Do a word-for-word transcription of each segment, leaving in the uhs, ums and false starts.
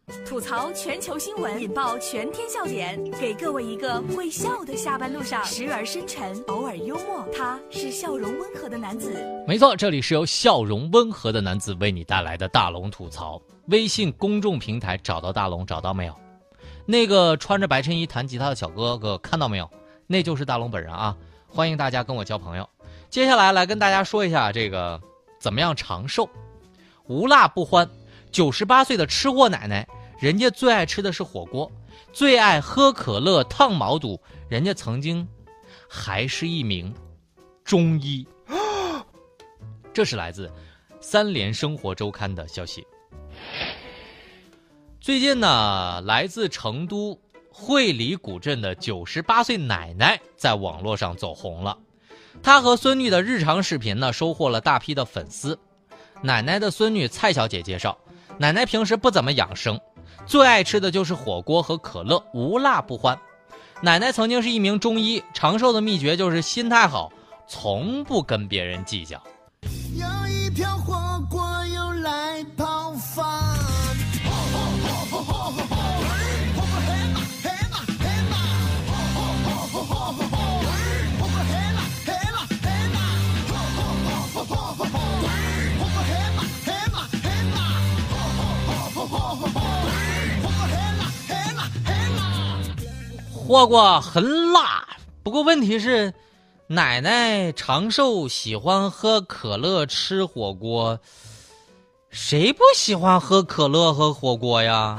吐槽全球新闻，引爆全天笑点，给各位一个会笑的下班路上，时而深沉，偶尔幽默，他是笑容温和的男子。 没错，这里是由笑容温和的男子为你带来的大龙吐槽。微信公众平台找到大龙，找到没有？那个穿着白衬衣弹吉他的小哥哥看到没有？那就是大龙本人啊！欢迎大家跟我交朋友。接下来来跟大家说一下这个怎么样长寿。无辣不欢，九十八岁的吃货奶奶，人家最爱吃的是火锅，最爱喝可乐烫毛肚，人家曾经还是一名中医。这是来自三联生活周刊的消息。最近呢，来自成都会理古镇的九十八岁奶奶在网络上走红了。她和孙女的日常视频呢，收获了大批的粉丝。奶奶的孙女蔡小姐介绍，奶奶平时不怎么养生，最爱吃的就是火锅和可乐，无辣不欢。奶奶曾经是一名中医，长寿的秘诀就是心态好，从不跟别人计较。 有一条火锅又来泡饭， 火锅很辣，不过问题是奶奶长寿喜欢喝可乐吃火锅，谁不喜欢喝可乐和火锅呀？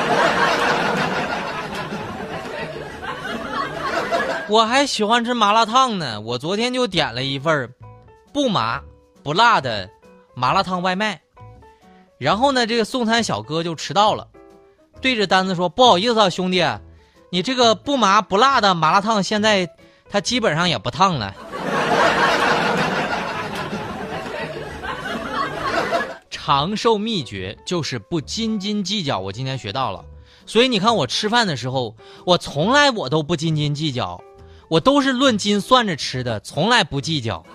我还喜欢吃麻辣烫呢，我昨天就点了一份不麻不辣的麻辣烫外卖，然后呢这个送餐小哥就迟到了，对着单子说，不好意思啊兄弟，你这个不麻不辣的麻辣烫现在它基本上也不烫了。长寿秘诀就是不斤斤计较，我今天学到了。所以你看我吃饭的时候，我从来我都不斤斤计较，我都是论斤算着吃的，从来不计较。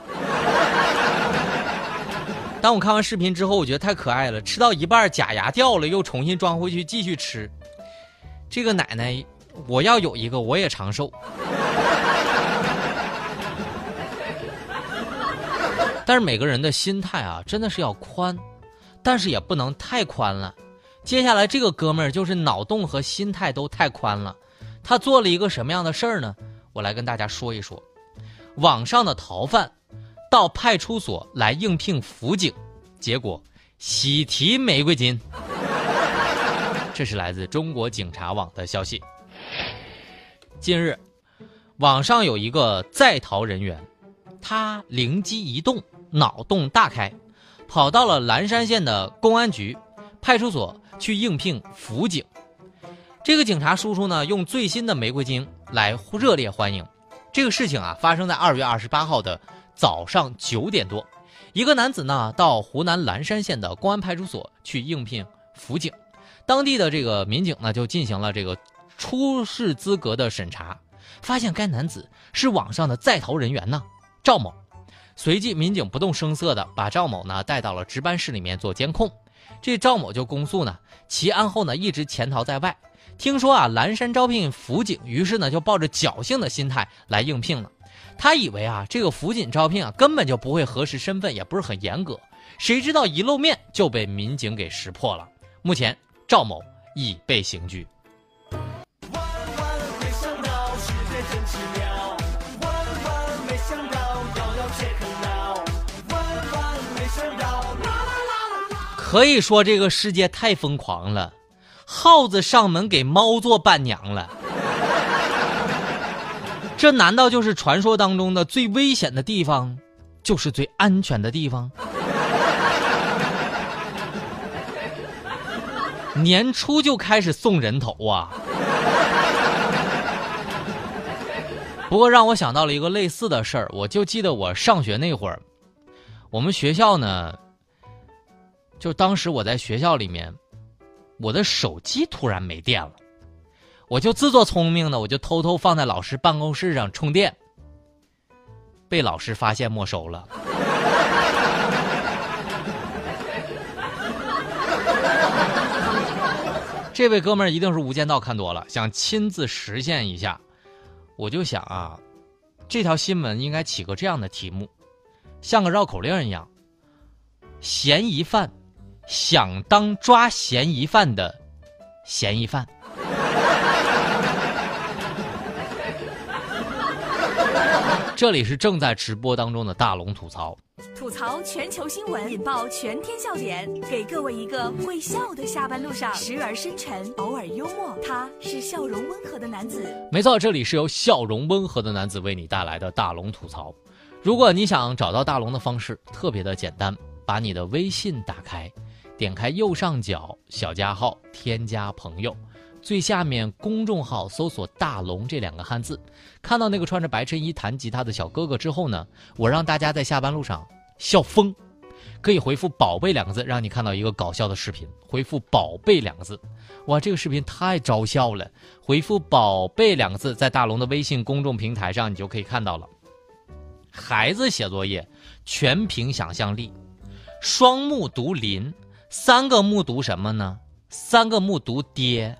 当我看完视频之后，我觉得太可爱了，吃到一半假牙掉了，又重新装回去继续吃。这个奶奶我要有一个我也长寿。但是每个人的心态啊真的是要宽，但是也不能太宽了。接下来这个哥们儿就是脑洞和心态都太宽了，他做了一个什么样的事儿呢？我来跟大家说一说。网上的逃犯到派出所来应聘辅警，结果喜提玫瑰金。这是来自中国警察网的消息。近日，网上有一个在逃人员，他灵机一动，脑洞大开，跑到了蓝山县的公安局派出所去应聘辅警。这个警察叔叔呢，用最新的玫瑰金来热烈欢迎。这个事情啊，发生在二月二十八号的早上九点多，一个男子呢到湖南蓝山县的公安派出所去应聘辅警，当地的这个民警呢就进行了这个出示资格的审查，发现该男子是网上的在逃人员呢赵某。随即民警不动声色的把赵某呢带到了值班室里面做监控。这赵某就供述呢，其案后呢一直潜逃在外，听说啊蓝山招聘辅警，于是呢就抱着侥幸的心态来应聘了。他以为啊这个辅警招聘啊根本就不会核实身份，也不是很严格，谁知道一露面就被民警给识破了。目前赵某已被刑拘。可以说这个世界太疯狂了，耗子上门给猫做伴娘了。这难道就是传说当中的最危险的地方，就是最安全的地方？年初就开始送人头啊！不过让我想到了一个类似的事儿，我就记得我上学那会儿，我们学校呢，就当时我在学校里面，我的手机突然没电了，我就自作聪明的，我就偷偷放在老师办公室上充电，被老师发现没收了。 这位哥们儿一定是《无间道》看多了，想亲自实现一下。我就想啊，这条新闻应该起个这样的题目，像个绕口令一样：嫌疑犯想当抓嫌疑犯的嫌疑犯。这里是正在直播当中的大龙吐槽， 吐槽全球新闻，引爆全天笑点，给各位一个会笑的下班路上，时而深沉，偶尔幽默。他是笑容温和的男子。 没错，这里是由笑容温和的男子为你带来的大龙吐槽。如果你想找到大龙的方式特别的简单，把你的微信打开，点开右上角小加号，添加朋友，最下面公众号搜索大龙这两个汉字，看到那个穿着白衬衣弹吉他的小哥哥之后呢，我让大家在下班路上笑疯，可以回复宝贝两个字，让你看到一个搞笑的视频。回复宝贝两个字，哇，这个视频太招笑了。回复宝贝两个字，在大龙的微信公众平台上你就可以看到了。孩子写作业全凭想象力，双目读林，三个目读什么呢？三个目读爹。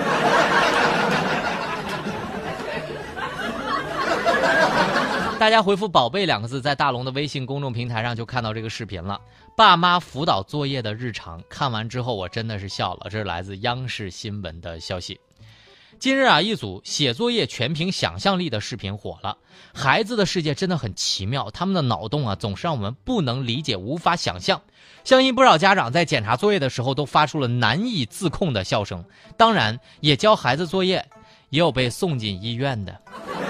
大家回复宝贝两个字，在大龙的微信公众平台上就看到这个视频了。爸妈辅导作业的日常，看完之后我真的是笑了。这是来自央视新闻的消息。近日啊，一组写作业全凭想象力的视频火了。孩子的世界真的很奇妙，他们的脑洞啊总是让我们不能理解，无法想象。相信不少家长在检查作业的时候都发出了难以自控的笑声。当然，也教孩子作业，也有被送进医院的。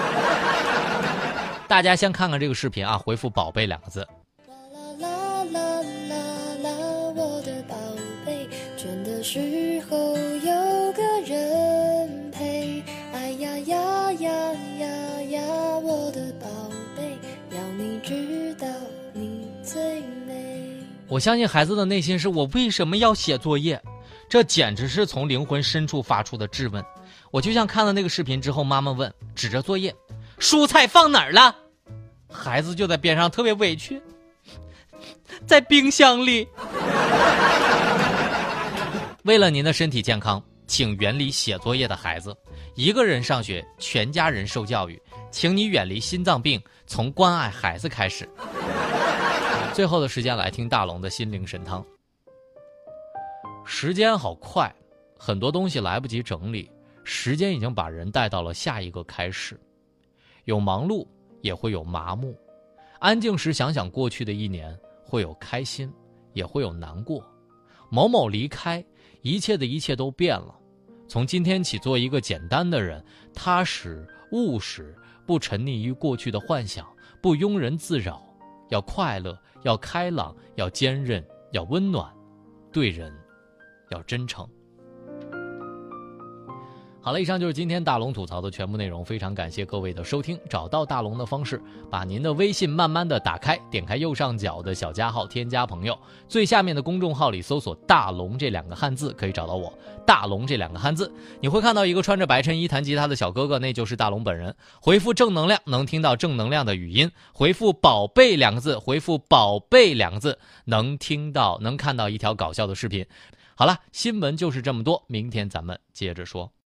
大家先看看这个视频啊，回复宝贝两个字。 啦啦啦啦啦，我的宝贝，倦的时候有个人陪。哎呀呀呀呀呀，我的宝贝，要你知道你最美。 我相信孩子的内心是我为什么要写作业？这简直是从灵魂深处发出的质问。我就像看了那个视频之后，妈妈问，指着作业，蔬菜放哪儿了？孩子就在边上特别委屈，在冰箱里。为了您的身体健康，请远离写作业的孩子。一个人上学，全家人受教育，请你远离心脏病，从关爱孩子开始。最后的时间来听大龙的心灵神汤。时间好快，很多东西来不及整理，时间已经把人带到了下一个开始。有忙碌，也会有麻木。安静时想想过去的一年，会有开心，也会有难过。某某离开，一切的一切都变了。从今天起，做一个简单的人，踏实务实，不沉溺于过去的幻想，不庸人自扰。要快乐，要开朗，要坚韧，要温暖，对人要真诚。好了，以上就是今天大龙吐槽的全部内容，非常感谢各位的收听。找到大龙的方式，把您的微信慢慢的打开，点开右上角的小加号，添加朋友，最下面的公众号里搜索大龙这两个汉字，可以找到我。大龙这两个汉字，你会看到一个穿着白衬衣弹吉他的小哥哥，那就是大龙本人。回复正能量，能听到正能量的语音。回复宝贝两个字，回复宝贝两个字，能听到能看到一条搞笑的视频。好了，新闻就是这么多，明天咱们接着说。